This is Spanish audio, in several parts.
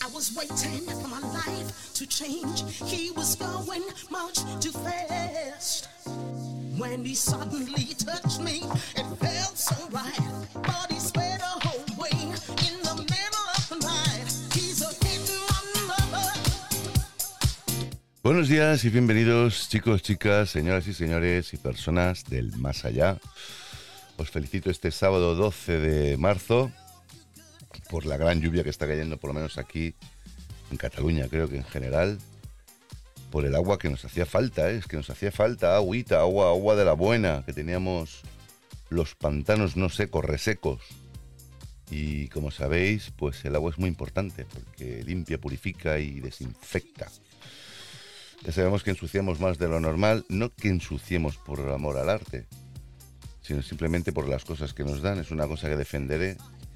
was waiting for my life to change. He was going much too fast. When he suddenly touched me, it felt so right. But he sped a whole way in the middle of the night. He's a hidden mother. Buenos días y bienvenidos, chicos, chicas, señoras y señores y personas del más allá. Os felicito este sábado 12 de marzo por la gran lluvia que está cayendo, por lo menos aquí en Cataluña, creo que en general, por el agua que nos hacía falta, es que nos hacía falta agüita, agua de la buena, que teníamos los pantanos no secos, resecos. Y como sabéis, pues el agua es muy importante porque limpia, purifica y desinfecta. Ya sabemos que ensuciamos más de lo normal, no que ensuciemos por amor al arte, sino simplemente por las cosas que nos dan. Es una cosa que defenderé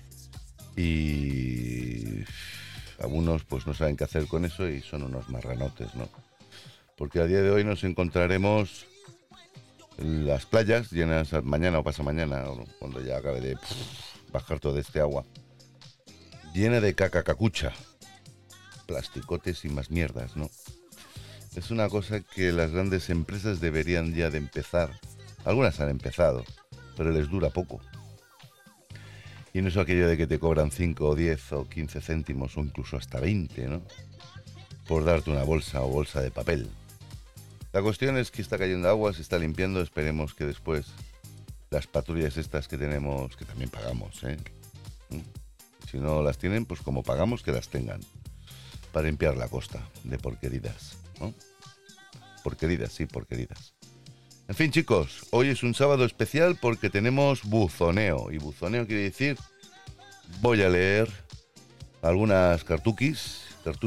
y algunos pues no saben qué hacer con eso y son unos marranotes, ¿no? Porque a día de hoy nos encontraremos las playas llenas mañana o pasamañana, cuando ya acabe de bajar todo este agua, llena de cacacacucha, plasticotes y más mierdas, ¿no? Es una cosa que las grandes empresas deberían ya de empezar. Algunas han empezado, pero les dura poco. Y no es aquello de que te cobran 5 o 10 o 15 céntimos o incluso hasta 20, ¿no? Por darte una bolsa o bolsa de papel. La cuestión es que está cayendo agua, se está limpiando. Esperemos que después las patrullas estas que tenemos, que también pagamos, ¿eh? Si no las tienen, pues como pagamos, que las tengan. Para limpiar la costa de porqueridas, ¿no? Porqueridas, sí, porqueridas. En fin, chicos, hoy es un sábado especial porque tenemos buzoneo. Y buzoneo quiere decir, voy a leer algunas cartuchis,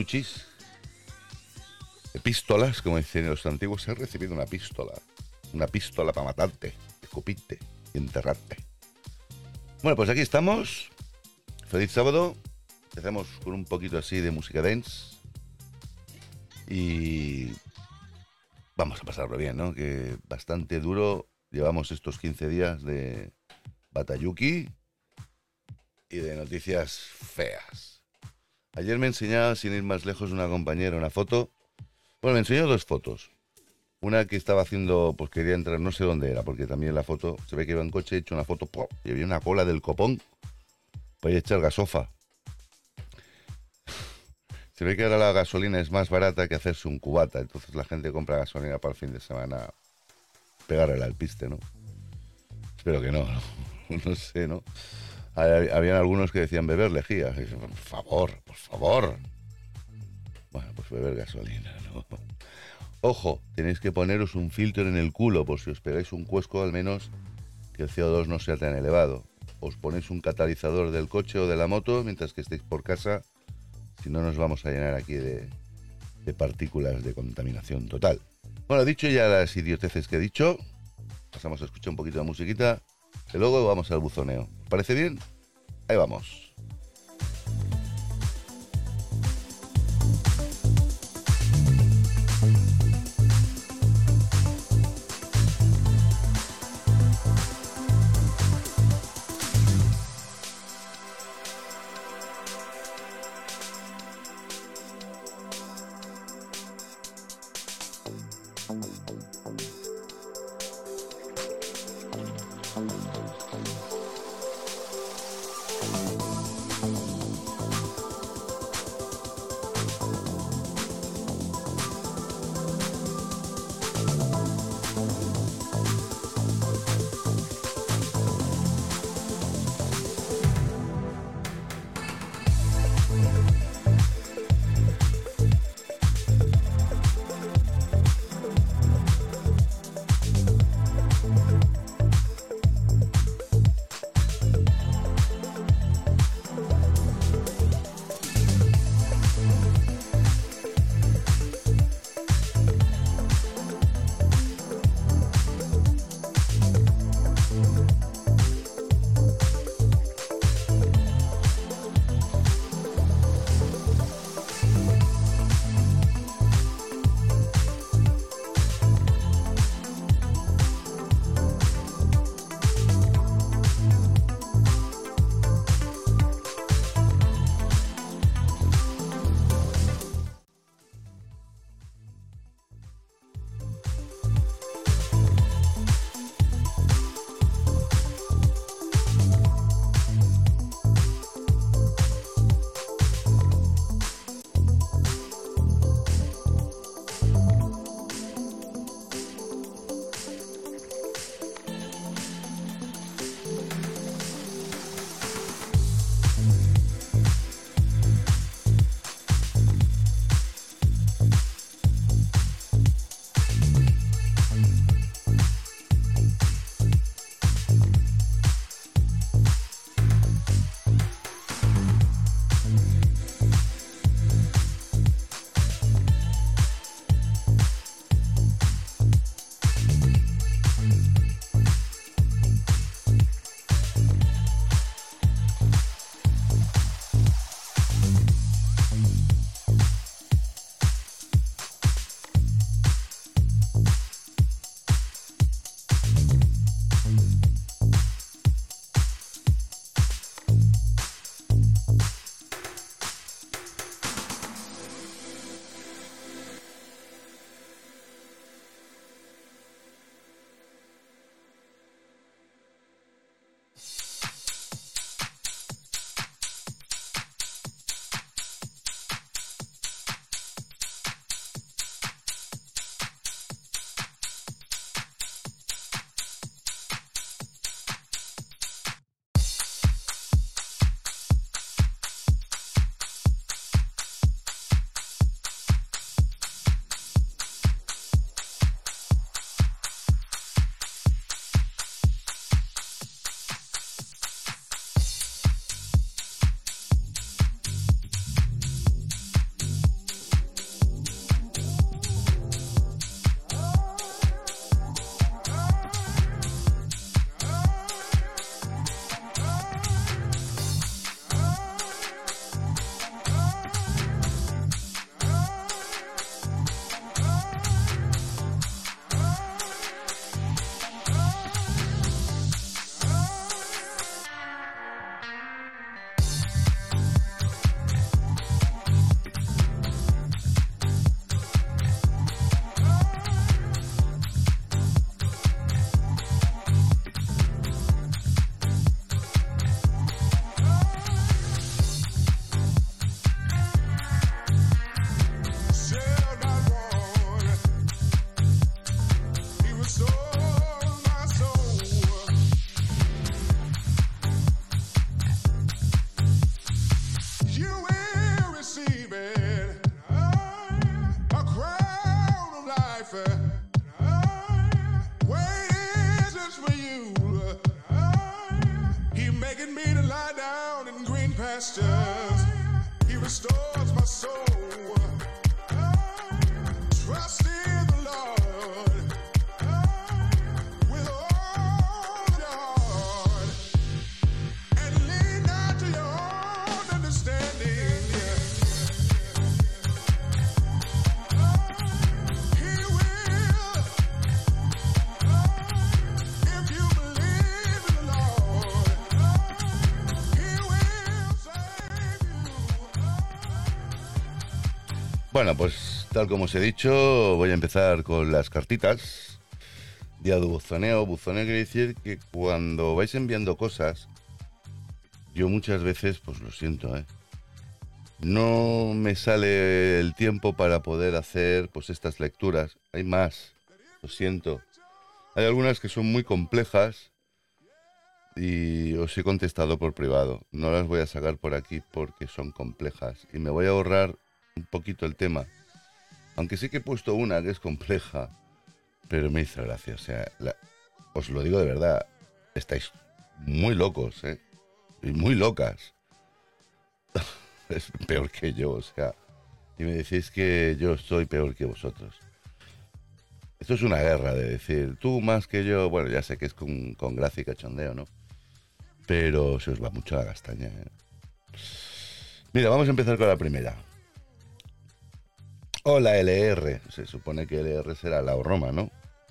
epístolas, como dicen los antiguos. He recibido una pistola para matarte, escupirte y enterrarte. Bueno, pues aquí estamos. Feliz sábado. Empezamos con un poquito así de música dance. Y vamos a pasarlo bien, ¿no? Que bastante duro llevamos estos 15 días de Batayuki y de noticias feas. Ayer me enseñaba, sin ir más lejos, una compañera una foto. Bueno, me enseñó dos fotos. Una que estaba haciendo, pues quería entrar, no sé dónde era, porque también la foto, se ve que iba en coche, he hecho una foto, ¡pum! Y había una cola del copón para ir a echar gasofa. Se ve que ahora la gasolina es más barata que hacerse un cubata, entonces la gente compra gasolina para el fin de semana, pegarle al piste, ¿no? Espero que no, no sé, ¿no? Habían algunos que decían beber lejía, y dicen, por favor. Bueno, pues beber gasolina, ¿no? Ojo, tenéis que poneros un filtro en el culo, por si os pegáis un cuesco, al menos que el CO2 no sea tan elevado. Os ponéis un catalizador del coche o de la moto mientras que estéis por casa. Si no, nos vamos a llenar aquí de partículas de contaminación total. Bueno, dicho ya las idioteces que he dicho, pasamos a escuchar un poquito de musiquita y luego vamos al buzoneo. ¿Parece bien? Ahí vamos. pastures. He restores my soul. Trust in the Lord with all your heart, and lean not to your own understanding. He will, if you believe in the Lord, He will save you. Bueno, pues tal como os he dicho, voy a empezar con las cartitas. Día de buzoneo. Buzoneo quiere decir que cuando vais enviando cosas, yo muchas veces, pues lo siento, no me sale el tiempo para poder hacer pues estas lecturas. Hay más, lo siento. Hay algunas que son muy complejas y os he contestado por privado. No las voy a sacar por aquí porque son complejas y me voy a ahorrar un poquito el tema. Aunque sí que he puesto una que es compleja, pero me hizo gracia. O sea, os lo digo de verdad, estáis muy locos, y muy locas. Es peor que yo, o sea, y me decís que yo soy peor que vosotros. Esto es una guerra de decir, tú más que yo. Bueno, ya sé que es con gracia y cachondeo, ¿no? Pero se os va mucho la castaña, Mira, vamos a empezar con la primera. Hola, LR. Se supone que LR será la Roma, ¿no?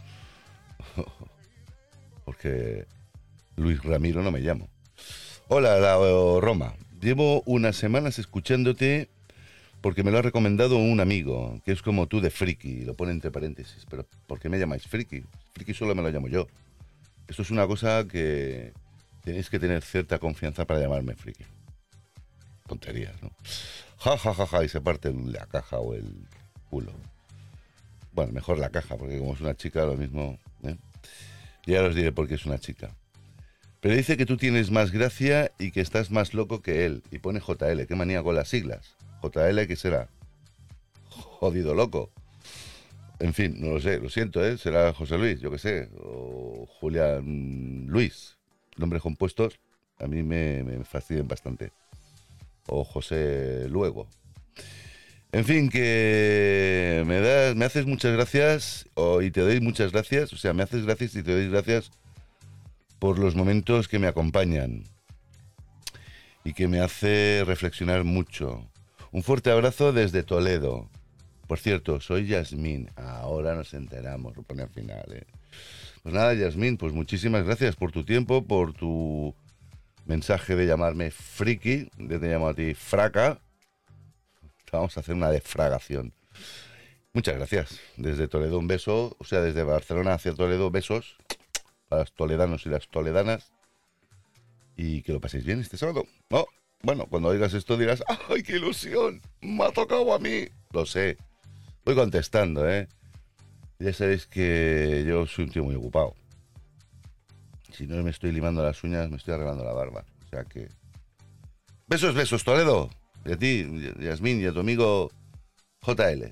Porque Luis Ramiro no me llamo. Hola, la Roma. Llevo unas semanas escuchándote porque me lo ha recomendado un amigo, que es como tú de friki, lo pone entre paréntesis. Pero ¿por qué me llamáis friki? Friki solo me lo llamo yo. Esto es una cosa que tenéis que tener cierta confianza para llamarme friki. Tonterías, ¿no? Ja, ja, ja, ja, y se parte la caja o el culo. Bueno, mejor la caja, porque como es una chica, lo mismo, Ya os diré por qué es una chica. Pero dice que tú tienes más gracia y que estás más loco que él. Y pone JL, qué manía con las siglas. JL, ¿qué será? Jodido loco. En fin, no lo sé, lo siento, será José Luis, yo qué sé. O Julián Luis. Nombres compuestos a mí me fastidian bastante. O José Luego. En fin, que me haces muchas gracias y te doy muchas gracias. O sea, me haces gracias y te doy gracias por los momentos que me acompañan y que me hace reflexionar mucho. Un fuerte abrazo desde Toledo. Por cierto, soy Yasmín. Ahora nos enteramos, lo pone al final, Pues nada, Yasmín, pues muchísimas gracias por tu tiempo, por tu mensaje de llamarme friki. Yo te llamo a ti fraca. Vamos a hacer una defragación. Muchas gracias. Desde Toledo un beso. O sea, desde Barcelona hacia Toledo, besos para los toledanos y las toledanas. Y que lo paséis bien este sábado. Oh, bueno, cuando oigas esto dirás, ¡ay, qué ilusión! ¡Me ha tocado a mí! Lo sé. Voy contestando, Ya sabéis que yo soy un tío muy ocupado. Si no me estoy limando las uñas, me estoy arreglando la barba. O sea que... Besos, besos, Toledo. Y a ti, Yasmín, y a tu amigo JL.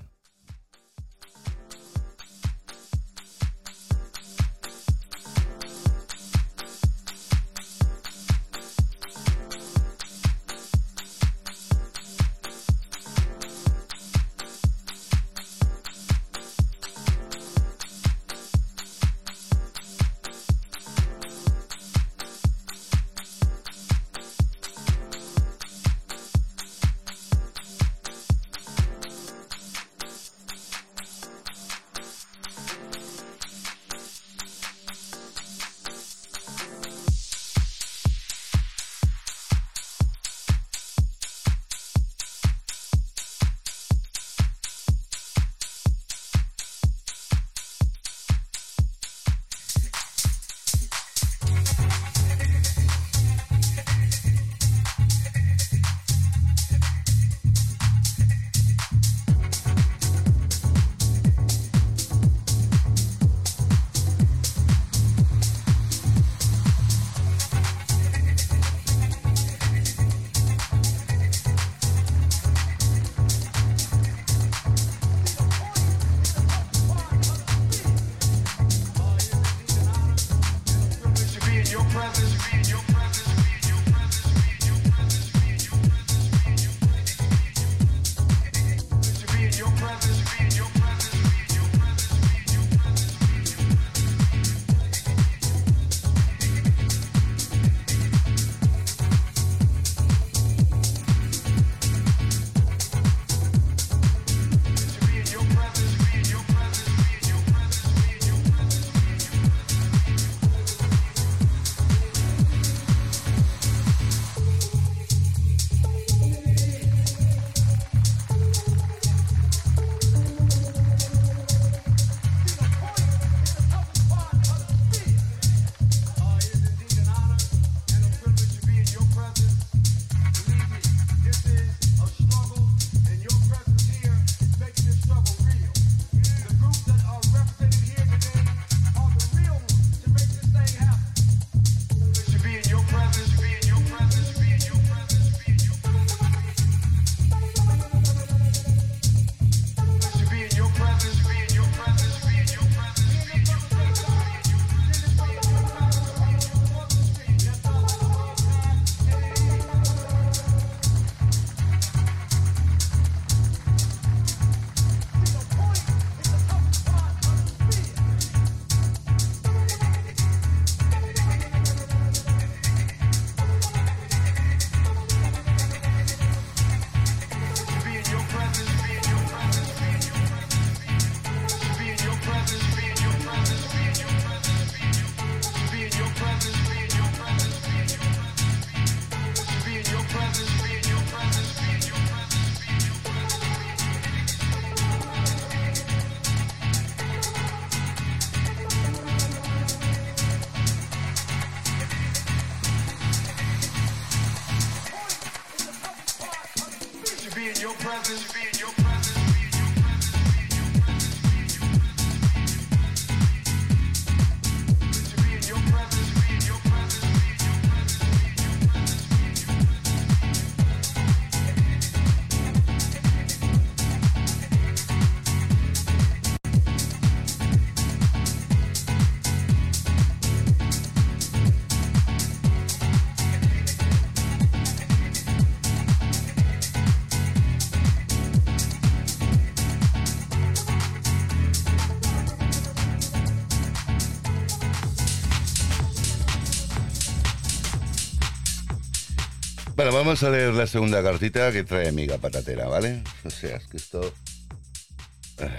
Bueno, vamos a leer la segunda cartita que trae amiga patatera, ¿vale? O sea, es que esto... Ay.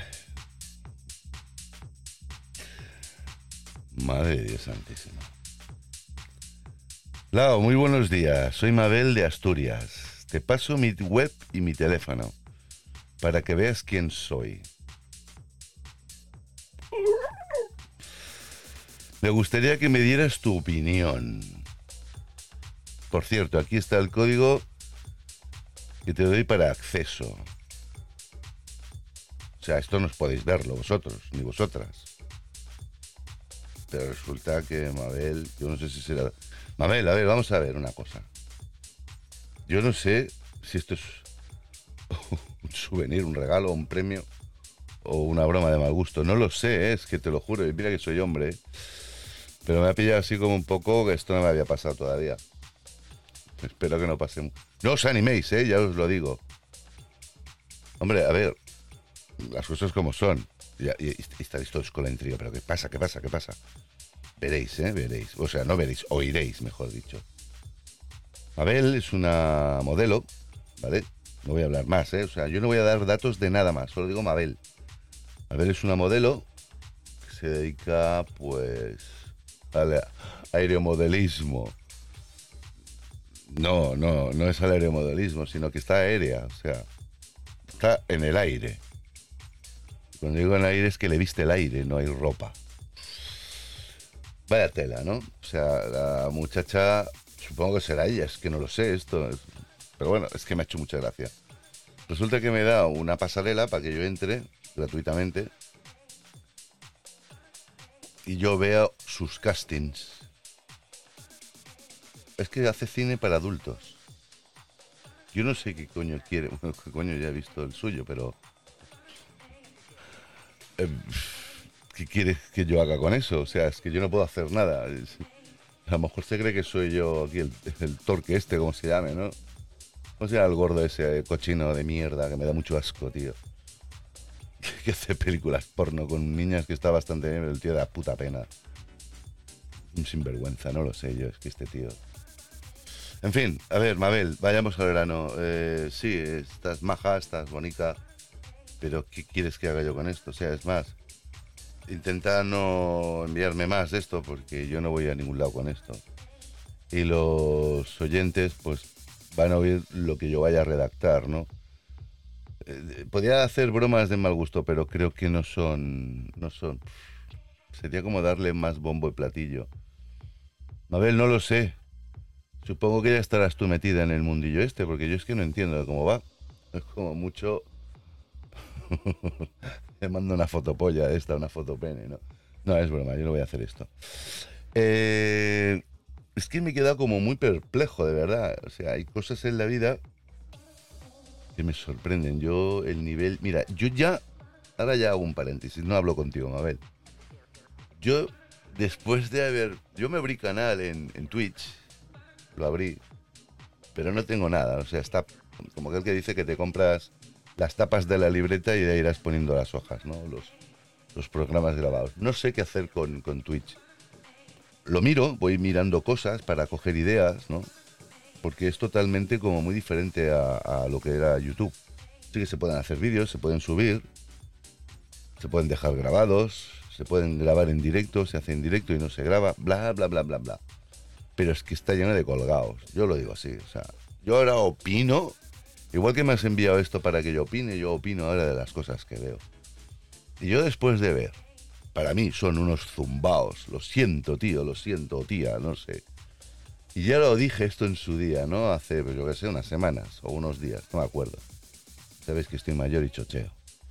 Madre de Dios santísima. Lao, muy buenos días. Soy Mabel de Asturias. Te paso mi web y mi teléfono para que veas quién soy. Me gustaría que me dieras tu opinión. Por cierto, aquí está el código que te doy para acceso. O sea, esto no os podéis verlo vosotros, ni vosotras. Pero resulta que Mabel, yo no sé si será... Mabel, a ver, vamos a ver una cosa. Yo no sé si esto es un souvenir, un regalo, un premio o una broma de mal gusto. No lo sé, es que te lo juro. Y mira que soy hombre, pero me ha pillado así como un poco que esto no me había pasado todavía. Espero que no pase. No os animéis, ya os lo digo. Hombre, a ver, las cosas como son. Y estaréis todos con la intriga, pero ¿qué pasa? ¿Qué pasa? ¿Qué pasa? Veréis, veréis. O sea, no veréis, oiréis, mejor dicho. Mabel es una modelo, ¿vale? No voy a hablar más, O sea, yo no voy a dar datos de nada más, solo digo Mabel. Mabel es una modelo que se dedica, pues, al aeromodelismo. No es al aeromodelismo, sino que está aérea, o sea, está en el aire. Cuando digo en el aire es que le viste el aire, no hay ropa. Vaya tela, ¿no? O sea, la muchacha, supongo que será ella, es que no lo sé, pero bueno, es que me ha hecho mucha gracia. Resulta que me da una pasarela para que yo entre gratuitamente y yo vea sus castings. Es que hace cine para adultos. Yo no sé qué coño quiere. Bueno, qué coño, ya he visto el suyo, pero... ¿qué quieres que yo haga con eso? O sea, es que yo no puedo hacer nada. A lo mejor se cree que soy yo aquí el torque este, como se llame, ¿no? ¿Cómo se llama el gordo ese cochino de mierda que me da mucho asco, tío? Que hace películas porno con niñas que está bastante bien, pero el tío da puta pena. Un sinvergüenza, no lo sé yo, es que este tío... En fin, a ver, Mabel, vayamos al grano. Sí, estás maja, estás bonita, pero ¿qué quieres que haga yo con esto? O sea, es más, intenta no enviarme más de esto porque yo no voy a ningún lado con esto. Y los oyentes, pues, van a oír lo que yo vaya a redactar, ¿no? Podría hacer bromas de mal gusto, pero creo que no son. Sería como darle más bombo y platillo. Mabel, no lo sé. Supongo que ya estarás tú metida en el mundillo este, porque yo es que no entiendo cómo va. Es como mucho... Me mando una fotopolla una fotopene, ¿no? No, es broma, yo no voy a hacer esto. Es que me he quedado como muy perplejo, de verdad. O sea, hay cosas en la vida que me sorprenden. Yo, el nivel... Mira, yo ya... Ahora ya hago un paréntesis, no hablo contigo, Mabel. Yo, después de haber... Yo me abrí canal en Twitch... Lo abrí, pero no tengo nada. O sea, está como aquel que dice que te compras las tapas de la libreta y de ahí irás poniendo las hojas, ¿no? Los programas grabados. No sé qué hacer con Twitch. Lo miro, voy mirando cosas para coger ideas, ¿no? Porque es totalmente como muy diferente a lo que era YouTube. Sí que se pueden hacer vídeos, se pueden subir, se pueden dejar grabados, se pueden grabar en directo, se hace en directo y no se graba, bla, bla, bla, bla, bla. Pero es que está lleno de colgados. Yo lo digo así, o sea, yo ahora opino, igual que me has enviado esto para que yo opine, yo opino ahora de las cosas que veo. Y yo después de ver, para mí son unos zumbaos, lo siento tío, lo siento tía, no sé. Y ya lo dije esto en su día, ¿no? Hace, pues yo qué sé, unas semanas o unos días, no me acuerdo. Sabéis que estoy mayor y chocheo.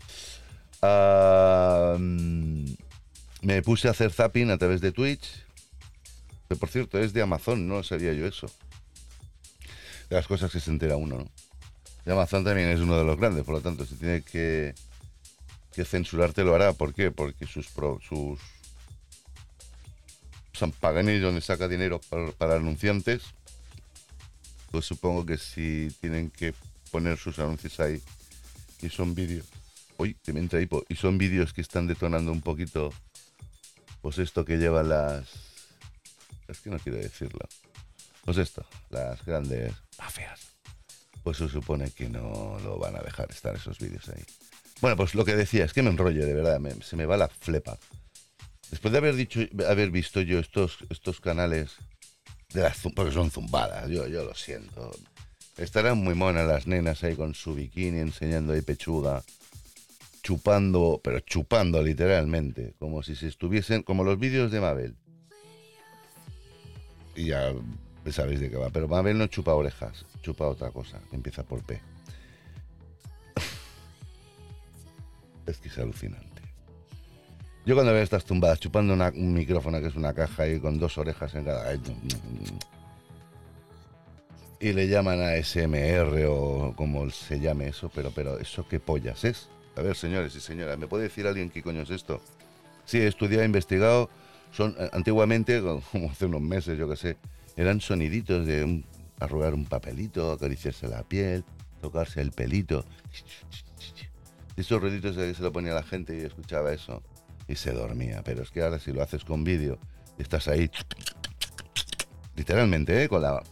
Me puse a hacer zapping a través de Twitch. Que por cierto, es de Amazon, no sabía yo eso. De las cosas que se entera uno, ¿no? De Amazon también es uno de los grandes, por lo tanto, si tiene que censurarte lo hará. ¿Por qué? Porque sus San Pagani, donde saca dinero para anunciantes, pues supongo que si tienen que poner sus anuncios ahí y son vídeos, uy, que me entra hipo, y son vídeos que están detonando un poquito, pues esto que llevan es que no quiero decirlo, pues esto, las grandes mafias, pues se supone que no lo van a dejar estar esos vídeos ahí. Bueno, pues lo que decía, es que me enrollo, de verdad, se me va la flepa. Después de haber visto yo estos canales de porque son zumbadas, yo lo siento. Estarán muy monas las nenas ahí con su bikini enseñando ahí pechuga, chupando, pero chupando literalmente, como si se estuviesen, como los vídeos de Mabel. Y ya sabéis de qué va, pero Mabel no chupa orejas, chupa otra cosa, que empieza por P. Es que es alucinante. Yo cuando veo estas tumbadas chupando un micrófono que es una caja ahí con 2 orejas en cada... Y le llaman a ASMR o como se llame eso, pero ¿eso qué pollas es? A ver, señores y señoras, ¿me puede decir alguien qué coño es esto? Sí, he estudiado, he investigado. Antiguamente, como hace unos meses, yo qué sé, eran soniditos de arrugar un papelito, acariciarse la piel, tocarse el pelito. Esos ruiditos que se lo ponía la gente y escuchaba eso. Y se dormía, pero es que ahora si lo haces con vídeo, estás ahí, literalmente, con la...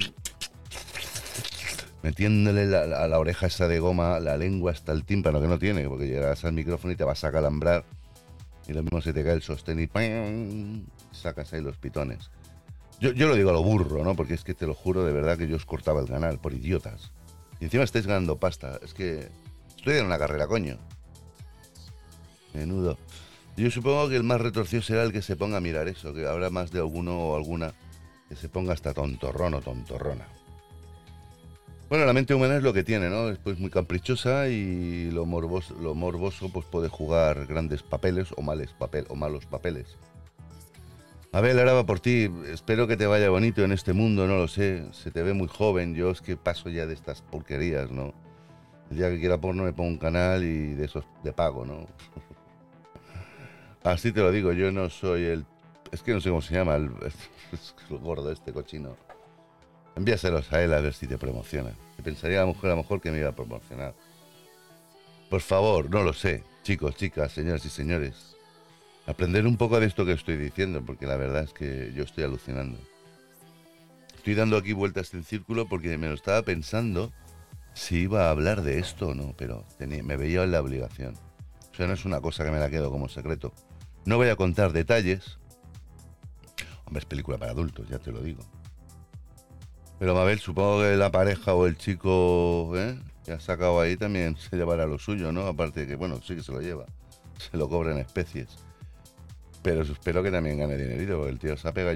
metiéndole a la oreja esa de goma, la lengua hasta el tímpano, que no tiene, porque llegas al micrófono y te vas a calambrar, y lo mismo se te cae el sostén y ¡pam! Sacas ahí los pitones. Yo lo digo a lo burro, ¿no? Porque es que te lo juro de verdad que yo os cortaba el canal, por idiotas. Y encima estáis ganando pasta, es que estoy en una carrera, coño. Menudo. Yo supongo que el más retorcido será el que se ponga a mirar eso, que habrá más de alguno o alguna que se ponga hasta tontorrón o tontorrona. Bueno, la mente humana es lo que tiene, ¿no? Es pues muy caprichosa y lo morboso pues puede jugar grandes papeles o malos papeles. Abel, ahora va por ti. Espero que te vaya bonito en este mundo, no lo sé. Se te ve muy joven. Yo es que paso ya de estas porquerías, ¿no? El día que quiera porno me pongo un canal y de esos de pago, ¿no? Así te lo digo, yo no soy el... Es que no sé cómo se llama, el gordo este cochino. Envíaselos a él a ver si te promociona. Que pensaría a lo mejor que me iba a promocionar. Por favor, no lo sé. Chicos, chicas, señoras y señores. Aprender un poco de esto que estoy diciendo, porque la verdad es que yo estoy alucinando. Estoy dando aquí vueltas en círculo porque me lo estaba pensando si iba a hablar de esto o no, pero me veía en la obligación. O sea, no es una cosa que me la quedo como secreto. No voy a contar detalles. Hombre, es película para adultos, ya te lo digo. Pero Mabel, supongo que la pareja o el chico que ha sacado ahí también se llevará lo suyo, ¿no? Aparte de que, bueno, sí que se lo lleva. Se lo cobra en especies. Pero espero que también gane dinerito, porque el tío se ha pegado ahí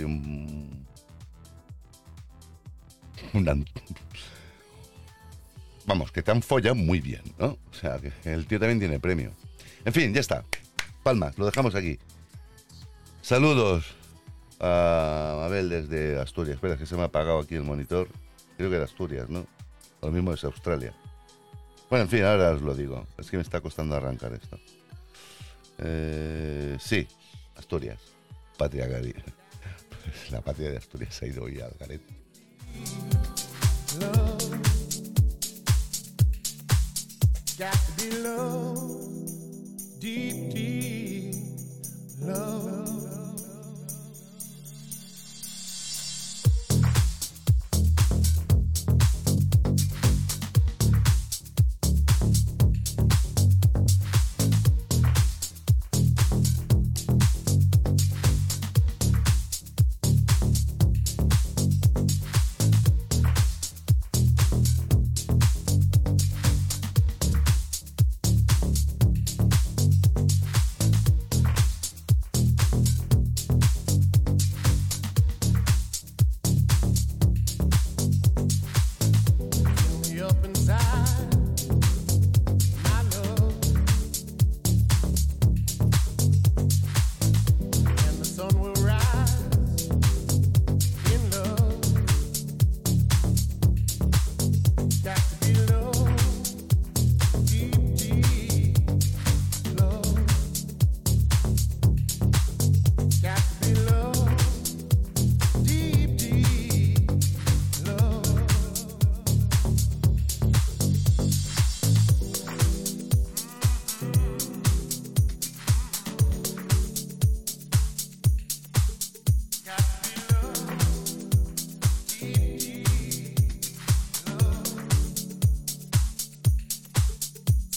Vamos, que te han follado muy bien, ¿no? O sea, que el tío también tiene premio. En fin, ya está. Palmas, lo dejamos aquí. Saludos a Mabel desde Asturias. Espera, que se me ha apagado aquí el monitor. Creo que era Asturias, ¿no? Lo mismo es Australia. Bueno, en fin, ahora os lo digo. Es que me está costando arrancar esto. Sí, Asturias. Patria Gari. Pues la patria de Asturias se ha ido hoy al garete. Got to be love, deep, deep love.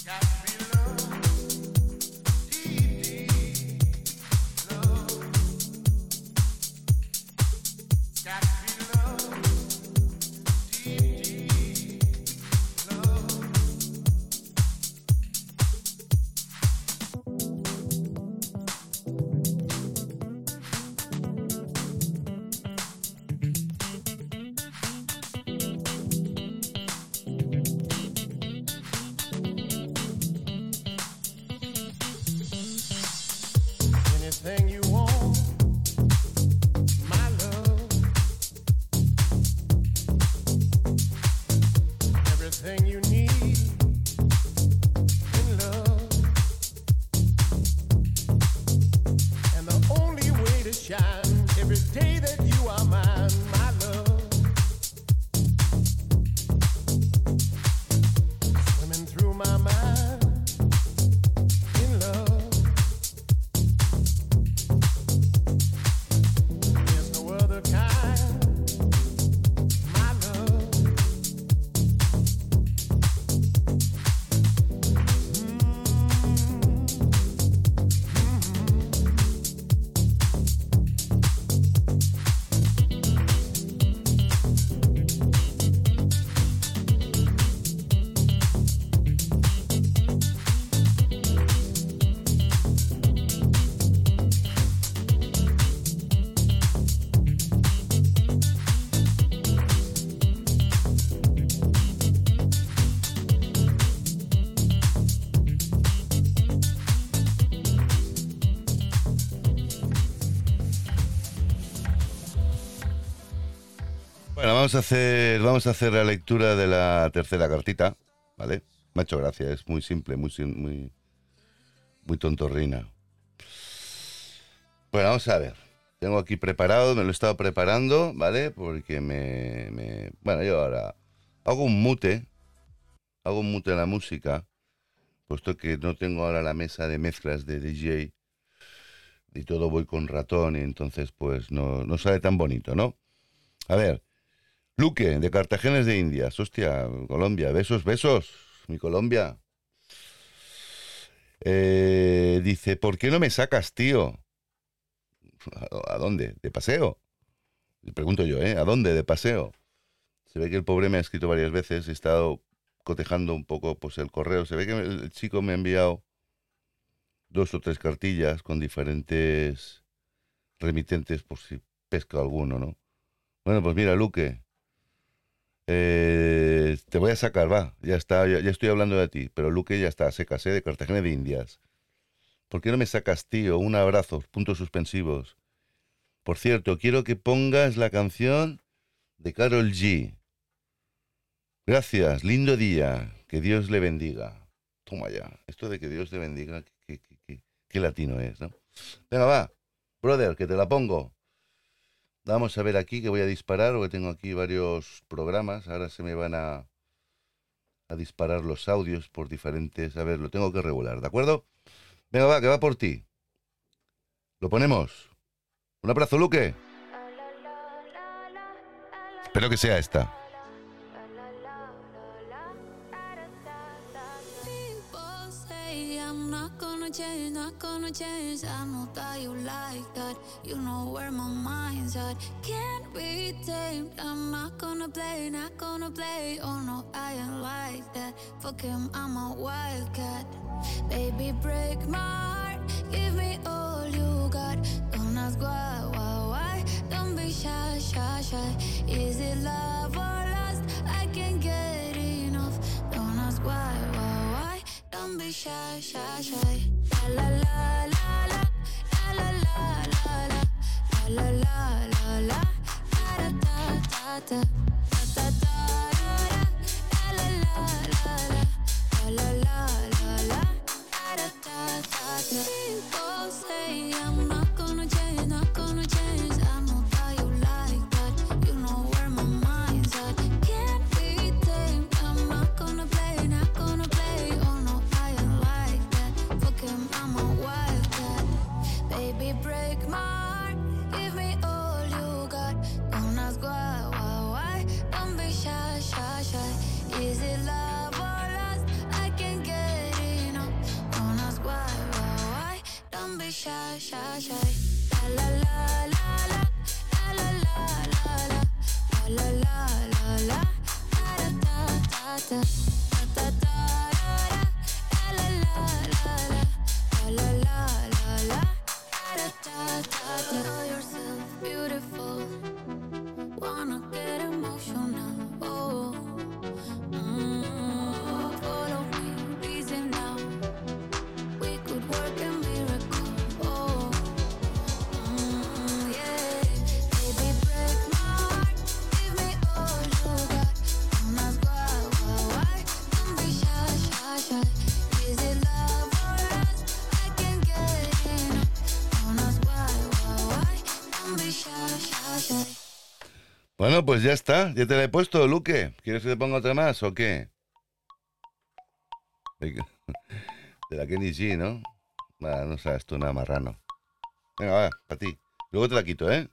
Bueno, vamos a hacer la lectura de la tercera cartita, ¿vale? Me ha hecho gracia, es muy simple, muy tontorrina. Bueno, vamos a ver. Tengo aquí preparado, me lo he estado preparando, ¿vale? Porque bueno, yo ahora hago un mute a la música, puesto que no tengo ahora la mesa de mezclas de DJ y todo voy con ratón y entonces pues no sale tan bonito, ¿no? A ver, Luque, de Cartagena de Indias, hostia, Colombia, besos, mi Colombia. Dice, ¿por qué no me sacas, tío? ¿A dónde? ¿De paseo? Le pregunto yo, ¿a dónde? ¿De paseo? Se ve que el pobre me ha escrito varias veces, he estado cotejando un poco pues el correo, se ve que el chico me ha enviado 2 o 3 cartillas con diferentes remitentes por si pesca alguno, ¿no? Bueno, pues mira, Luque, te voy a sacar, va, ya está, ya estoy hablando de ti, pero Luque ya está, se casé de Cartagena de Indias. ¿Por qué no me sacas, tío? Un abrazo, puntos suspensivos. Por cierto, quiero que pongas la canción de Karol G. Gracias, lindo día, que Dios le bendiga. Toma ya, esto de que Dios le bendiga, qué latino es, ¿no? Venga, va, brother, que te la pongo. Vamos a ver aquí que voy a disparar, porque tengo aquí varios programas. Ahora se me van a disparar los audios por diferentes... A ver, lo tengo que regular, ¿de acuerdo? Venga, va, que va por ti. Lo ponemos. Un abrazo, Luque. Espero que sea esta. Not gonna change, I know that you like that. You know where my mind's at. Can't be tamed, I'm not gonna play. Oh no, I ain't like that. Fuck him, I'm a wildcat. Baby, break my heart, give me all you got. Don't ask why, don't be shy. Is it love or lust? I can't get enough. Don't ask why, don't be shy. La la la la la, la la la la, la la la la, da da da da, da da da, la la la la, la la la la, da da da da. People say I'm not gonna change, I know that you like that. You know where my mind's at. Can't be tamed, I'm not gonna play. Oh no, I ain't like that. Fuck him, I'm a wildcat. Baby, break my heart, give me all you got. Don't ask why, don't be shy. Is it love or lust? I can't shy, shy, shy. La la la la la, la la la la, la la la la, da da da da, da da da, la la la la, la la la la, da da da. Know yourself beautiful, wanna get emotional. Oh, follow me, reason now. We could work a miracle. Oh, yeah. Baby, break my heart. Give me all you got. Don't ask why. Don't be shy, shy, shy. Is it love or lust? I can't get enough. Don't ask why. Don't be shy, shy, shy. Bueno, pues ya está, ya te la he puesto, Luque. ¿Quieres que te ponga otra más o qué? De la Kenny G, ¿no? Nada, no sabes tú nada, marrano. Venga, va, para ti. Luego te la quito, ¿eh?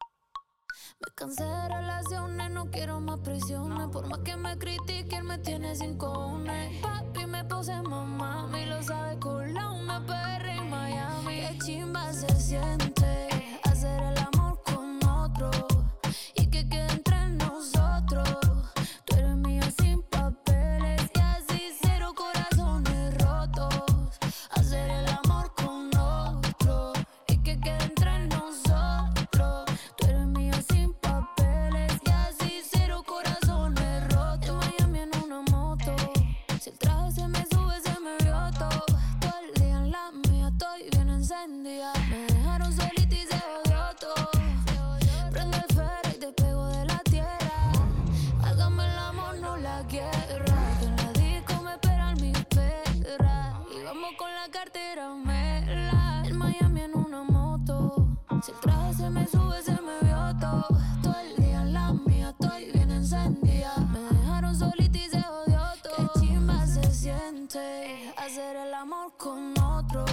Me cansé de relaciones, no quiero más prisiones. Por más que me critiquen, me tiene sin cojones. Papi me puse mamá, y lo sabe con la una PR en Miami. Qué chimba se siente hacer el amor con otro y que quede entre nosotros. Tú eres mío sin papeles y así cero corazones rotos. Hacer el amor con otro y que quede entre nosotros. Tú eres mío sin papeles y así cero corazones rotos. En Miami en una moto, si el traje se me sube se me vio todo. Todo el día en la mía estoy bien encendida. Me dejaron solita y se odió todo. Prende el ferro y te pego de la tierra. Hágame el amor, no la guerra. Que en la disco me esperan mis perras. Y vamos con la cartera mela. En Miami en una moto, si el traje se me sube se me vio todo. Todo el día en la mía estoy bien encendida. Me dejaron solita y se odió todo. Qué chimba se siente hacer el amor con otro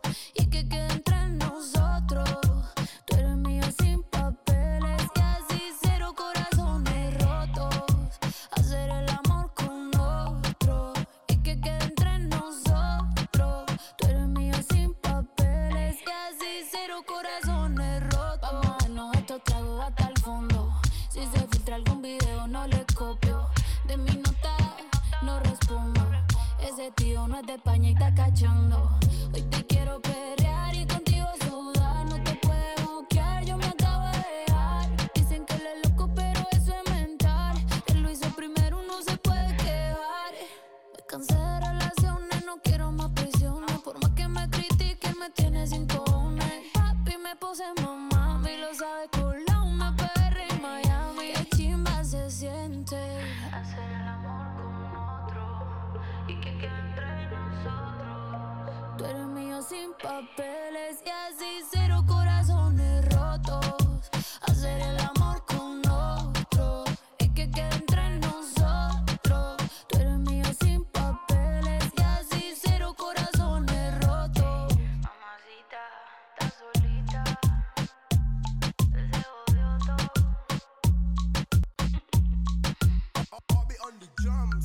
y que quede entre nosotros. Tú eres mío sin papeles y así cero corazones rotos. Hacer el amor con otro y que quede entre nosotros. Tú eres mío sin papeles y así cero corazones rotos. Vamos a darnos estos tragos hasta el fondo. Si se filtra algún video no le copio. De mi nota no respondo. Ese tío no es de España y está cachando. Hoy te quiero perrear y contigo sudar. No te puedes buquear, yo me acabo de dejar. Dicen que él es loco pero eso es mental. Él lo hizo primero, no se puede quejar. Me cansé de relaciones, no quiero más prisiones. Por más que me critiquen me tiene sin cojones. Papi me puse mamá, y lo sabe con la una PR en Miami. Qué chimba se siente hacer el amor con otro y que quede entre nosotros. Tú eres mío sin papeles y así cero corazones rotos. Hacer el amor con otro y que quede entre nosotros. Tú eres mío sin papeles y así cero corazones rotos. Mamacita, estás solita, se jodió todo. I'll be on the drums.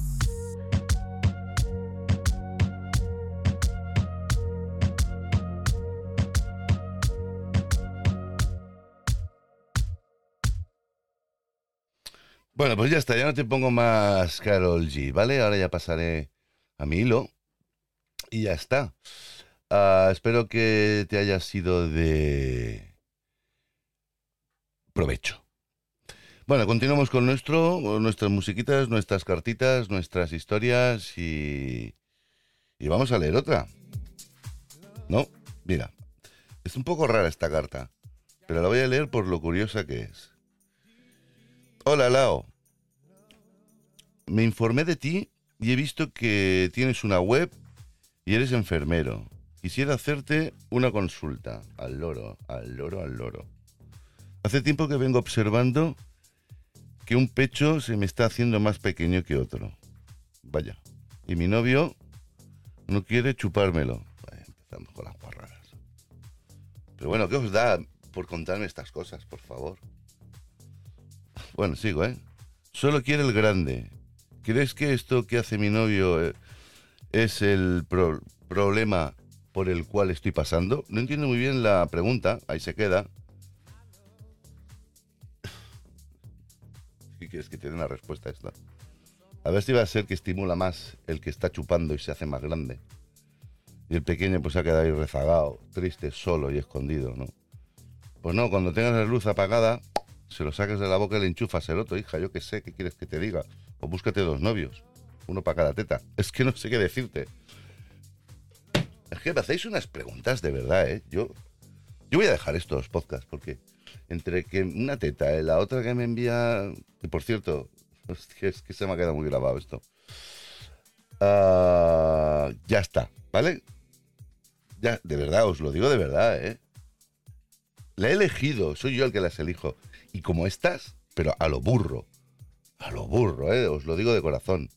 Bueno, pues ya está, ya no te pongo más Karol G, ¿vale? Ahora ya pasaré a mi hilo y ya está. Espero que te haya sido de provecho. Bueno, continuamos con nuestras musiquitas, nuestras cartitas, nuestras historias y vamos a leer otra. ¿No? Mira, es un poco rara esta carta, pero la voy a leer por lo curiosa que es. Hola, Lao. Me informé de ti y he visto que tienes una web y eres enfermero. Quisiera hacerte una consulta. Al loro. Hace tiempo que vengo observando que un pecho se me está haciendo más pequeño que otro. Vaya. Y mi novio no quiere chupármelo. Vaya, empezamos con las guarradas. Pero bueno, ¿qué os da por contarme estas cosas, por favor? Bueno, sigo, ¿eh? Solo quiere el grande. ¿Crees que esto que hace mi novio es el problema por el cual estoy pasando. No entiendo muy bien la pregunta, ahí se queda. ¿Qué quieres que te dé una respuesta a esta? A ver si va a ser que estimula más el que está chupando y se hace más grande. Y el pequeño pues se ha quedado ahí rezagado, triste, solo y escondido, ¿no? Pues no, cuando tengas la luz apagada, se lo saques de la boca y le enchufas el otro. Hija, yo qué sé, ¿qué quieres que te diga? O búscate 2 novios, uno para cada teta. Es que no sé qué decirte. Es que me hacéis unas preguntas de verdad, ¿eh? Yo voy a dejar estos podcasts porque entre que una teta y la otra que me envía... Y por cierto, es que se me ha quedado muy grabado esto. Ya está, ¿vale? Ya, de verdad, os lo digo de verdad, ¿eh? La he elegido, soy yo el que las elijo. Y como estas, pero a lo burro, ¿eh? Os lo digo de corazón.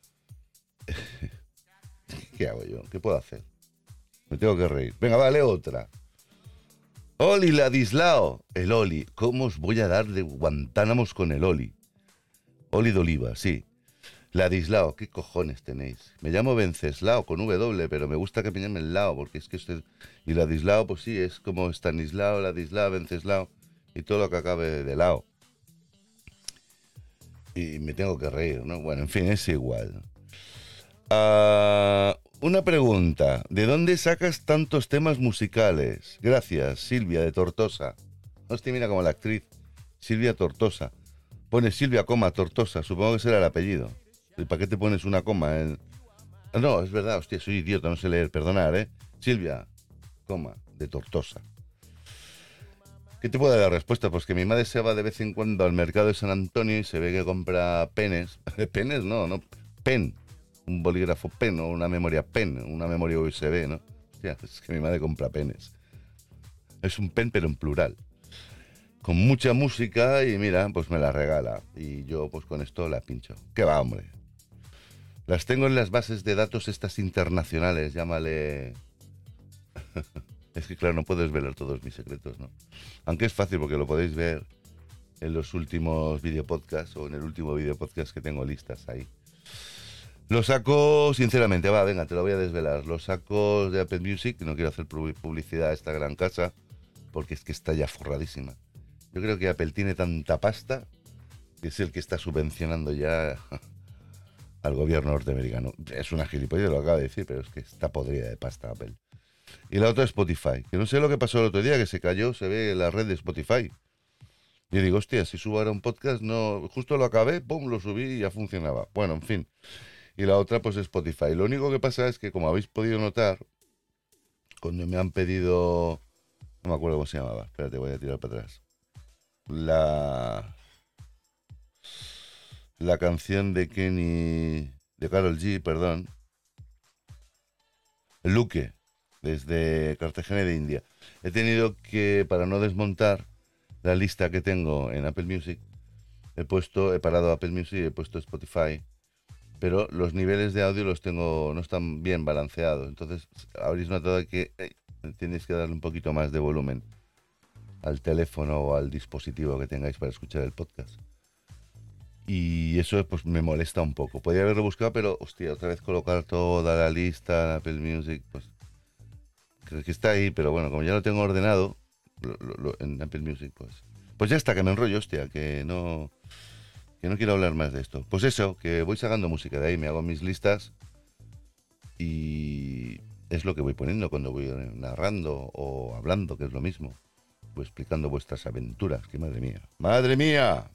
¿Qué hago yo? ¿Qué puedo hacer? Me tengo que reír. Venga, vale, otra. Oli Ladislao, el Oli. ¿Cómo os voy a dar de Guantánamos con el Oli? Oli de Oliva, sí. Ladislao, ¿qué cojones tenéis? Me llamo Venceslao con W, pero me gusta que me llamen Lao, porque es que usted... Y Ladislao, pues sí, es como Stanislao, Ladislao, Venceslao, y todo lo que acabe de Lao. Y me tengo que reír, ¿no? Bueno, en fin, es igual. Una pregunta. ¿De dónde sacas tantos temas musicales? Gracias, Silvia, de Tortosa. Hostia, mira como la actriz. Silvia Tortosa. Pone Silvia, Tortosa. Supongo que será el apellido. ¿Y para qué te pones una coma? No, es verdad, hostia, soy idiota, no sé leer, perdonar, ¿eh? Silvia, de Tortosa. ¿Qué te puedo dar respuesta? Pues que mi madre se va de vez en cuando al mercado de San Antonio y se ve que compra penes. ¿Penes? No, pen. Un bolígrafo pen o una memoria pen, una memoria USB, ¿no? Hostia, es que mi madre compra penes. Es un pen, pero en plural. Con mucha música y mira, pues me la regala. Y yo pues con esto la pincho. ¿Qué va, hombre? Las tengo en las bases de datos estas internacionales, llámale... Es que claro, no puedes velar todos mis secretos, ¿no? Aunque es fácil porque lo podéis ver en los últimos videopodcasts o en el último videopodcast que tengo listas ahí. Lo saco, sinceramente, venga, te lo voy a desvelar. Lo saco de Apple Music, no quiero hacer publicidad a esta gran casa porque es que está ya forradísima. Yo creo que Apple tiene tanta pasta que es el que está subvencionando ya al gobierno norteamericano. Es una gilipollez, lo acabo de decir, pero es que está podrida de pasta Apple. Y la otra es Spotify, que no sé lo que pasó el otro día, que se cayó, se ve la red de Spotify. Yo digo, hostia, si subo ahora un podcast, no, justo lo acabé, pum, lo subí y ya funcionaba. Bueno, en fin. Y la otra, pues Spotify. Lo único que pasa es que, como habéis podido notar, cuando me han pedido... No me acuerdo cómo se llamaba, espérate, voy a tirar para atrás. La canción de Kenny... De Karol G, perdón. Luque, desde Cartagena de India. He tenido que, para no desmontar la lista que tengo en Apple Music, he parado Apple Music y he puesto Spotify, pero los niveles de audio los tengo, no están bien balanceados. Entonces habréis notado que tenéis que darle un poquito más de volumen al teléfono o al dispositivo que tengáis para escuchar el podcast. Y eso pues me molesta un poco. Podría haberlo buscado, pero hostia, otra vez colocar toda la lista en Apple Music, pues creo que está ahí, pero bueno, como ya lo tengo ordenado en Apple Music, pues ya está, que me enrollo, hostia, que no quiero hablar más de esto. Pues eso, que voy sacando música de ahí, me hago mis listas y es lo que voy poniendo cuando voy narrando o hablando, que es lo mismo. Voy explicando vuestras aventuras, que madre mía. ¡Madre mía!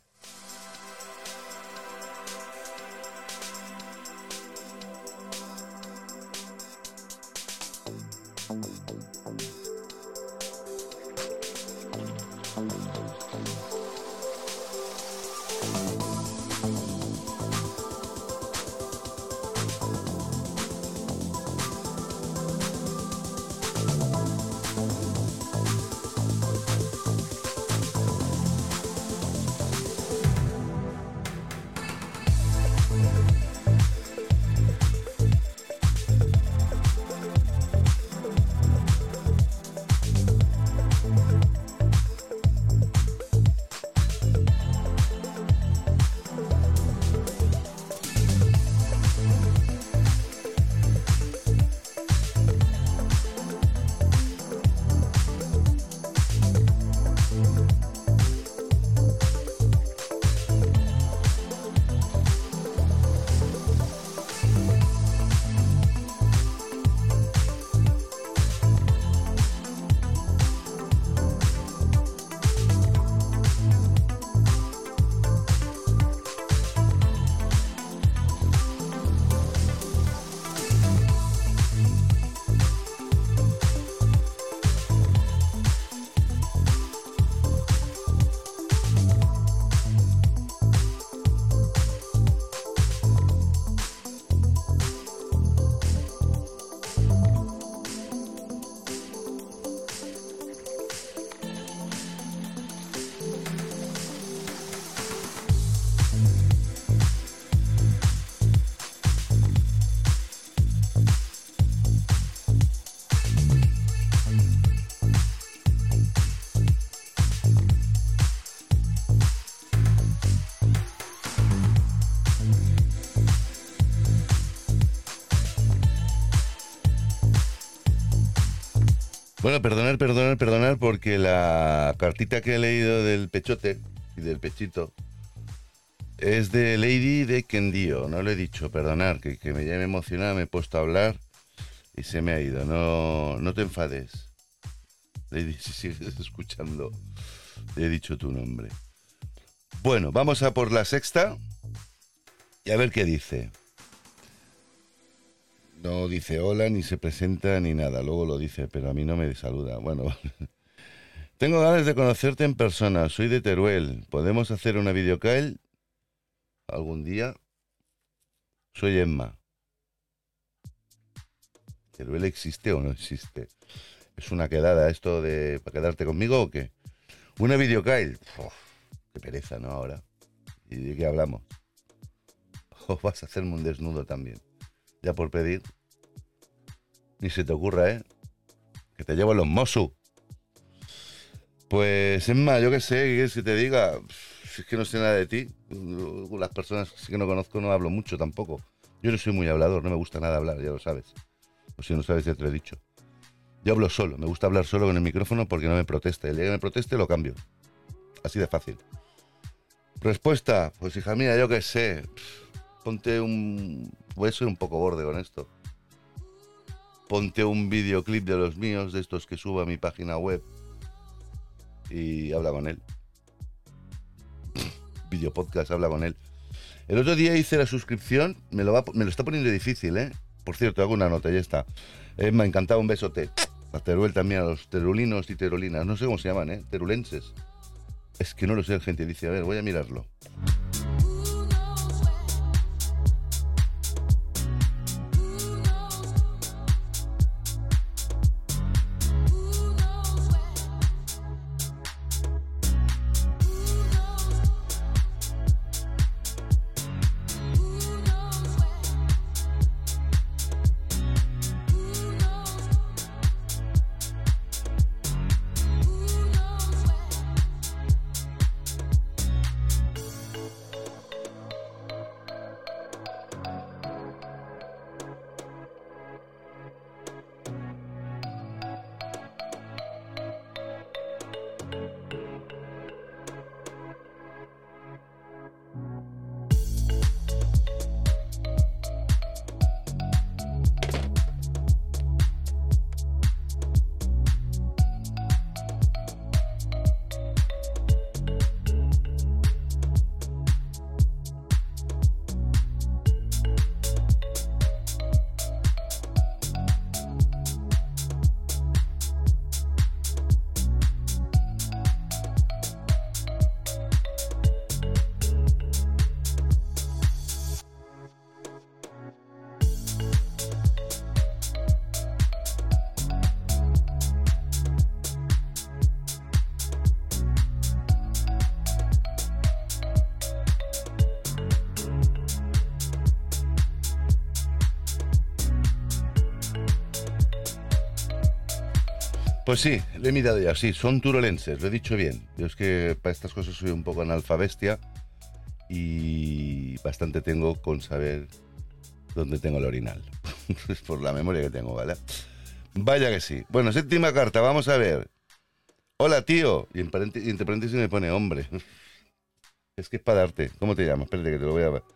Bueno, perdonar, porque la cartita que he leído del pechote y del pechito es de Lady de Quendío. No lo he dicho, perdonar, que ya me he emocionado, me he puesto a hablar y se me ha ido. No te enfades. Lady, si sigues escuchando, he dicho tu nombre. Bueno, vamos a por la sexta y a ver qué dice. No dice hola, ni se presenta, ni nada. Luego lo dice, pero a mí no me saluda. Bueno, tengo ganas de conocerte en persona. Soy de Teruel. ¿Podemos hacer una videocall algún día? Soy Emma. ¿Teruel existe o no existe? ¿Es una quedada esto de para quedarte conmigo o qué? Una videocall. Qué pereza, ¿no? Ahora. ¿Y de qué hablamos? O vas a hacerme un desnudo también. Ya por pedir. Ni se te ocurra, ¿eh? Que te llevo los Mossos. Pues, Emma, yo qué sé, ¿qué quieres que te diga? Si es que no sé nada de ti. Con las personas que no conozco no hablo mucho tampoco. Yo no soy muy hablador, no me gusta nada hablar, ya lo sabes. O si no sabes, ya te lo he dicho. Yo hablo solo, me gusta hablar solo con el micrófono porque no me protesta. El día que me proteste lo cambio. Así de fácil. Respuesta, pues hija mía, yo qué sé. Ponte un... Voy a ser un poco borde con esto. Ponte un videoclip de los míos, de estos que subo a mi página web. Y habla con él. Videopodcast, habla con él. El otro día hice la suscripción, me lo está poniendo difícil, ¿eh? Por cierto, hago una nota, ya está. Me ha encantado, un besote. A Teruel también, a los terulinos y terulinas. No sé cómo se llaman, ¿eh? Terulenses. Es que no lo sé, el gentilicio. A ver, voy a mirarlo. Pues sí, lo he mirado ya, sí, son turolenses, lo he dicho bien. Yo es que para estas cosas soy un poco analfabestia y bastante tengo con saber dónde tengo el orinal. Es por la memoria que tengo, ¿vale? Vaya que sí. Bueno, séptima carta, vamos a ver. Hola, tío. Y entre paréntesis me pone hombre. Es que es para darte. ¿Cómo te llamas? Espérate que te lo voy a...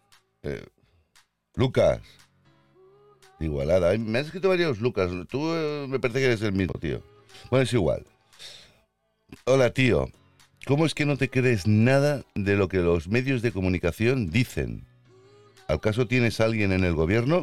Lucas. Igualada. Me has escrito varios Lucas. Tú me parece que eres el mismo, tío. Bueno, es igual. Hola, tío. ¿Cómo es que no te crees nada de lo que los medios de comunicación dicen? ¿Acaso tienes a alguien en el gobierno?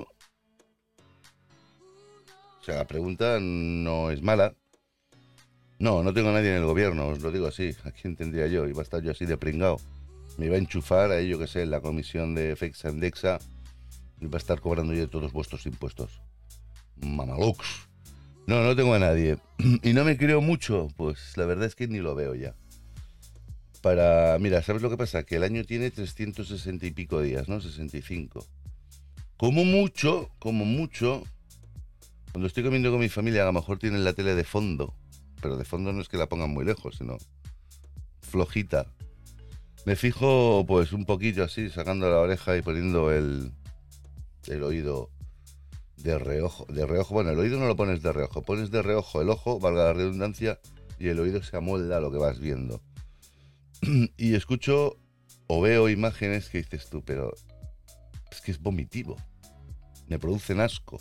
O sea, la pregunta no es mala. No, no tengo a nadie en el gobierno, os lo digo así. ¿A quién tendría yo? Iba a estar yo así de pringao. Me iba a enchufar a ello, que sé, en la comisión de FEXA Endexa. Iba a estar cobrando yo todos vuestros impuestos. Mamalux. No, no tengo a nadie. ¿Y no me creo mucho? Pues la verdad es que ni lo veo ya. Mira, ¿sabes lo que pasa? Que el año tiene 360 y pico días, ¿no? 65. Como mucho, cuando estoy comiendo con mi familia, a lo mejor tienen la tele de fondo. Pero de fondo no es que la pongan muy lejos, sino flojita. Me fijo, pues, un poquillo así, sacando la oreja y poniendo el oído de reojo, bueno, el oído no lo pones de reojo, pones de reojo el ojo, valga la redundancia, y el oído se amolda a lo que vas viendo. Y escucho o veo imágenes que dices tú, pero es que es vomitivo, me producen asco.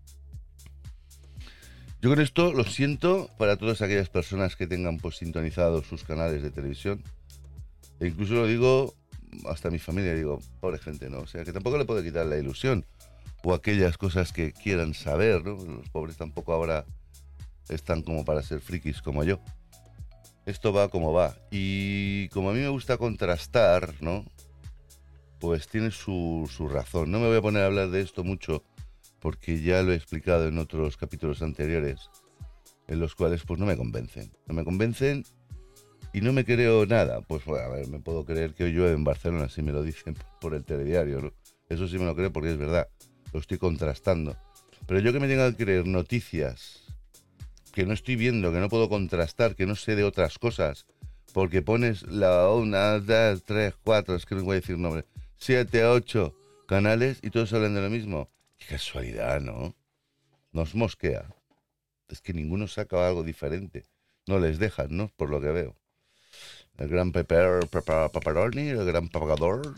Yo con esto lo siento para todas aquellas personas que tengan pues sintonizados sus canales de televisión, e incluso lo digo hasta a mi familia, digo, pobre gente, ¿no? O sea, que tampoco le puedo quitar la ilusión o aquellas cosas que quieran saber, ¿no? Los pobres tampoco ahora están como para ser frikis como yo. Esto va como va. Y como a mí me gusta contrastar, ¿no? Pues tiene su razón. No me voy a poner a hablar de esto mucho porque ya lo he explicado en otros capítulos anteriores en los cuales pues no me convencen. No me convencen y no me creo nada. Pues bueno, a ver, me puedo creer que hoy llueve en Barcelona, si me lo dicen por el telediario, ¿no? Eso sí me lo creo porque es verdad. Lo estoy contrastando. Pero yo que me tenga que creer noticias que no estoy viendo, que no puedo contrastar, que no sé de otras cosas, porque pones la 1, 2, 3, 4, es que no voy a decir nombre, 7, 8 canales y todos hablan de lo mismo. Qué casualidad, ¿no? Nos mosquea. Es que ninguno saca algo diferente. No les dejan, ¿no? Por lo que veo. El gran Pepperoni, el gran pagador.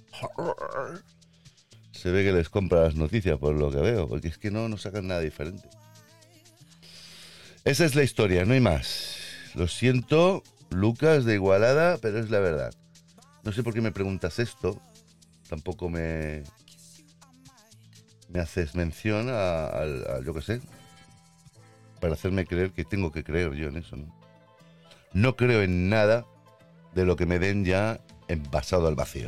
Se ve que les compra las noticias por lo que veo, porque es que no sacan nada diferente. Esa es la historia, no hay más. Lo siento, Lucas de Igualada, pero es la verdad. No sé por qué me preguntas esto. Tampoco me haces mención a yo qué sé, para hacerme creer que tengo que creer yo en eso, ¿no? No creo en nada de lo que me den ya envasado al vacío.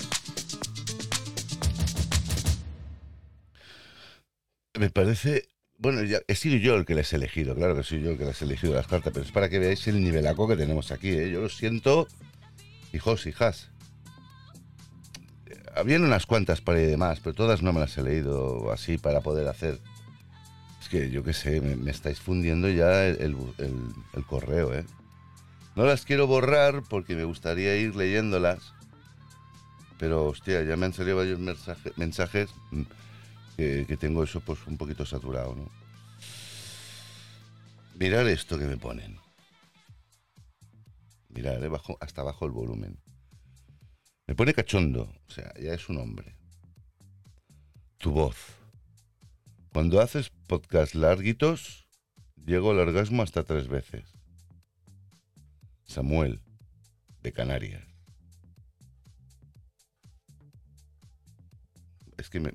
Me parece Bueno, ya, he sido yo el que les he elegido, claro que soy yo el que les he elegido las cartas, pero es para que veáis el nivelaco que tenemos aquí, ¿eh? Yo lo siento, hijos, hijas. Habían unas cuantas para y demás, pero todas no me las he leído así para poder hacer. Es que yo qué sé, me estáis fundiendo ya el correo, ¿eh? No las quiero borrar porque me gustaría ir leyéndolas, pero hostia, ya me han salido varios mensajes que tengo eso pues un poquito saturado, ¿no? Mirad esto que me ponen. Mirad, hasta bajo el volumen. Me pone cachondo, o sea, ya es un hombre. Tu voz. Cuando haces podcast larguitos, llego al orgasmo hasta 3 veces. Samuel, de Canarias. Es que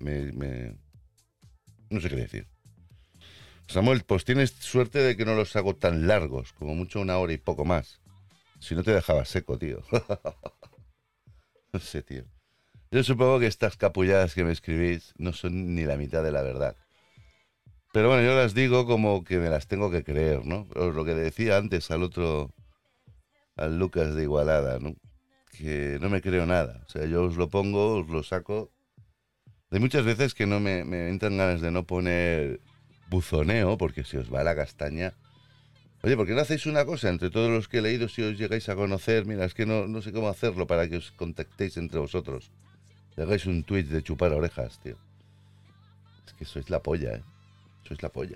no sé qué decir. Samuel, pues tienes suerte de que no los hago tan largos, como mucho 1 hora y poco más. Si no te dejaba seco, tío. No sé, tío. Yo supongo que estas capulladas que me escribís no son ni la mitad de la verdad. Pero bueno, yo las digo como que me las tengo que creer, ¿no? Lo que decía antes al Lucas de Igualada, ¿no? Que no me creo nada. O sea, yo os lo pongo, os lo saco. Hay muchas veces que no me entran ganas de no poner buzoneo, porque si os va la castaña. Oye, ¿por qué no hacéis una cosa? Entre todos los que he leído, si os llegáis a conocer, mira, es que no sé cómo hacerlo para que os contactéis entre vosotros. Le hagáis un tweet de chupar orejas, tío. Es que sois la polla, ¿eh? Sois la polla.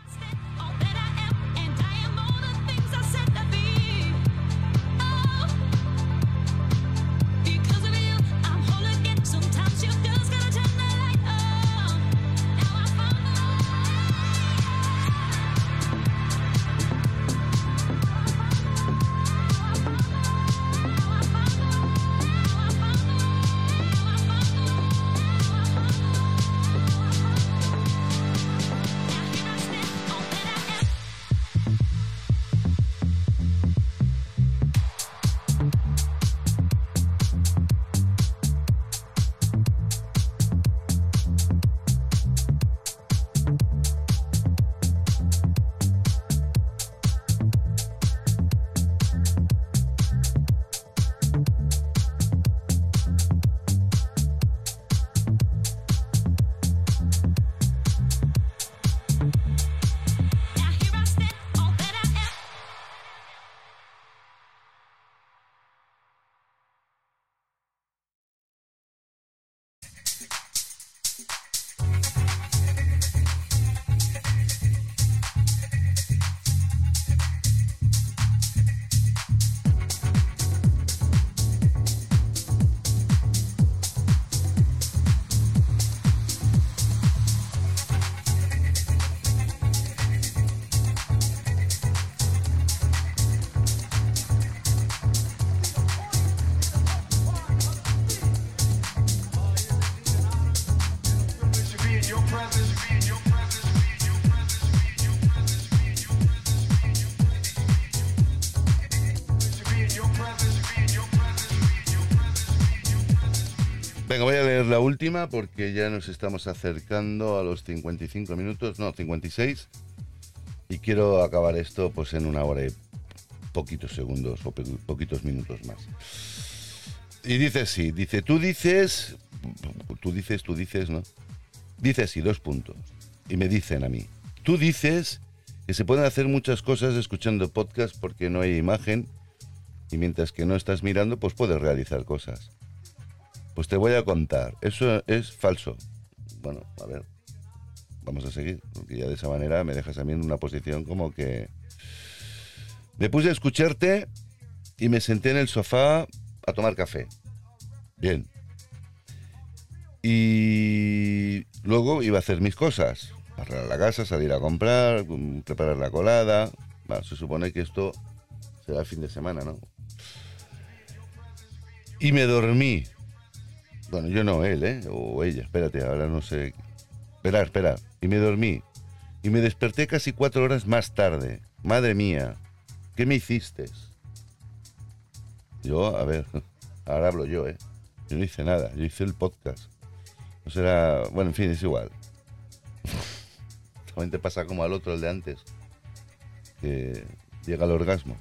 Venga, voy a leer la última porque ya nos estamos acercando a los 55 minutos, no, 56. Y quiero acabar esto pues en 1 hora y poquitos segundos o poquitos minutos más. Y dice así, dice, tú dices, ¿no? Dice así, 2 puntos. Y me dicen a mí, tú dices que se pueden hacer muchas cosas escuchando podcast porque no hay imagen y mientras que no estás mirando, pues puedes realizar cosas. Pues te voy a contar, eso es falso. Bueno, a ver, vamos a seguir, porque ya de esa manera me dejas a mí en una posición como que... Me puse a escucharte y me senté en el sofá a tomar café. Bien. Y luego iba a hacer mis cosas. Arreglar la casa, salir a comprar, preparar la colada. Bueno, se supone que esto será el fin de semana, ¿no? Y me dormí. Bueno, yo no, él, ¿eh? O ella, espérate, ahora no sé. Espera. Y me dormí. Y me desperté casi 4 horas más tarde. Madre mía, ¿qué me hiciste? Yo, a ver, ahora hablo yo, ¿eh? Yo no hice nada, yo hice el podcast. No será... Bueno, en fin, es igual. También te pasa como al otro, el de antes, que llega al orgasmo.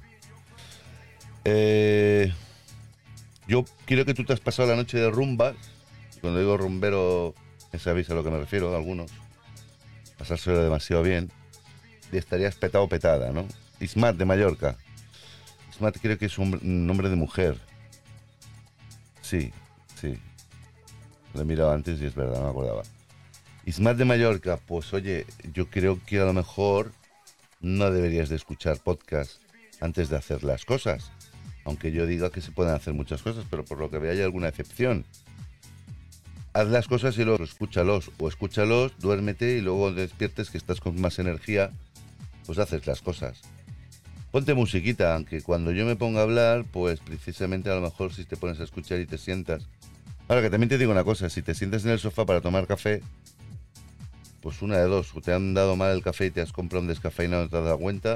Yo creo que tú te has pasado la noche de rumbas. Cuando digo rumbero, ya sabéis a lo que me refiero, algunos. Pasárselo demasiado bien. Y estarías petado petada, ¿no? Ismat de Mallorca. Ismat creo que es un nombre de mujer. Sí. Lo he mirado antes y es verdad, no me acordaba. Ismat de Mallorca, pues oye, yo creo que a lo mejor no deberías de escuchar podcast antes de hacer las cosas. Aunque yo diga que se pueden hacer muchas cosas, pero por lo que vea hay alguna excepción. Haz las cosas y luego escúchalos. O escúchalos, duérmete y luego despiertes que estás con más energía, pues haces las cosas. Ponte musiquita, aunque cuando yo me ponga a hablar, pues precisamente a lo mejor si te pones a escuchar y te sientas. Ahora que también te digo una cosa, si te sientas en el sofá para tomar café, pues una de dos, o te han dado mal el café y te has comprado un descafeinado y no te has dado cuenta,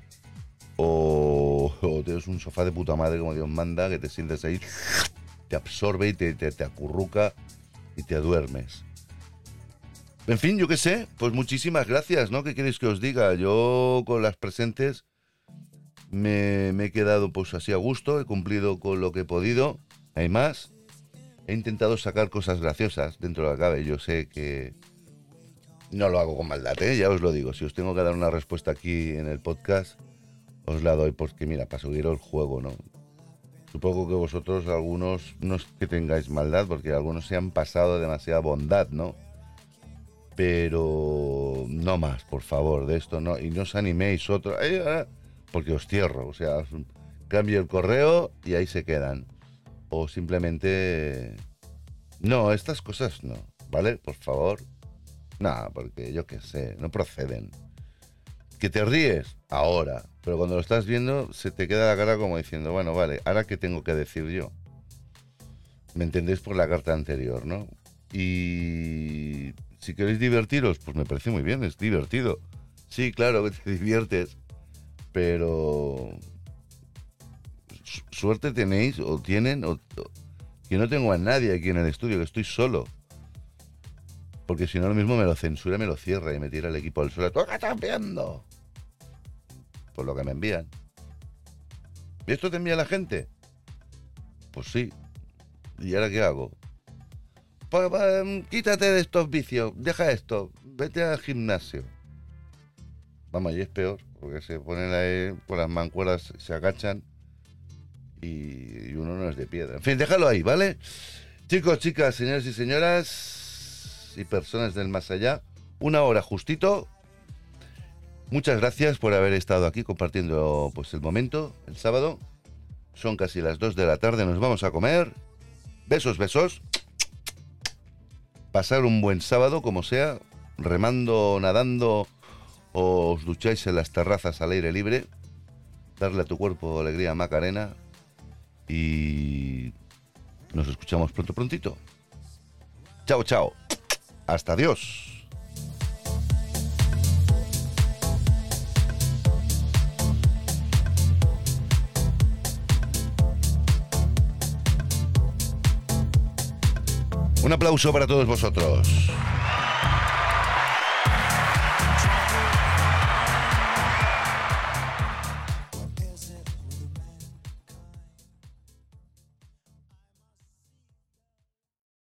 o tienes un sofá de puta madre como Dios manda, que te sientes ahí, te absorbe y te acurruca y te duermes. En fin, yo qué sé, pues muchísimas gracias, ¿no? ¿Qué queréis que os diga? Yo con las presentes me he quedado pues así a gusto, he cumplido con lo que he podido, hay más. He intentado sacar cosas graciosas dentro de la cabe. Yo sé que no lo hago con maldad, ¿eh? Ya os lo digo. Si os tengo que dar una respuesta aquí en el podcast, os la doy porque, mira, para subir el juego, ¿no? Supongo que vosotros, algunos, no es que tengáis maldad, porque algunos se han pasado demasiada bondad, ¿no? Pero no más, por favor, de esto no. Y no os animéis otro, porque os cierro. O sea, cambio el correo y ahí se quedan. O simplemente... No, estas cosas no, ¿vale? Por favor. No, porque yo qué sé, no proceden. ¿Que te ríes? Ahora. Pero cuando lo estás viendo, se te queda la cara como diciendo, bueno, vale, ¿ahora qué tengo que decir yo? ¿Me entendéis por la carta anterior, no? Y si queréis divertiros, pues me parece muy bien, es divertido. Sí, claro que te diviertes, pero... Suerte tenéis, o tienen, o que no tengo a nadie aquí en el estudio, que estoy solo. Porque si no, lo mismo me lo censura, me lo cierra y me tira el equipo al suelo. ¿Tú qué estás viendo? Pues lo que me envían. ¿Y esto te envía la gente? Pues sí. ¿Y ahora qué hago? Pues, quítate de estos vicios, deja esto, vete al gimnasio. Vamos, y es peor, porque se ponen ahí con las mancuernas, se agachan y uno no es de piedra. En fin, déjalo ahí, ¿vale? Chicos, chicas, señores y señoras y personas del más allá, 1 hora justito. Muchas gracias por haber estado aquí compartiendo pues el momento, el sábado. Son casi las 2 de la tarde, nos vamos a comer. Besos, besos. Pasar un buen sábado, como sea, remando, nadando, o os ducháis en las terrazas al aire libre. Darle a tu cuerpo alegría, Macarena. Y nos escuchamos prontito. Chao, chao. Hasta Dios. Un aplauso para todos vosotros.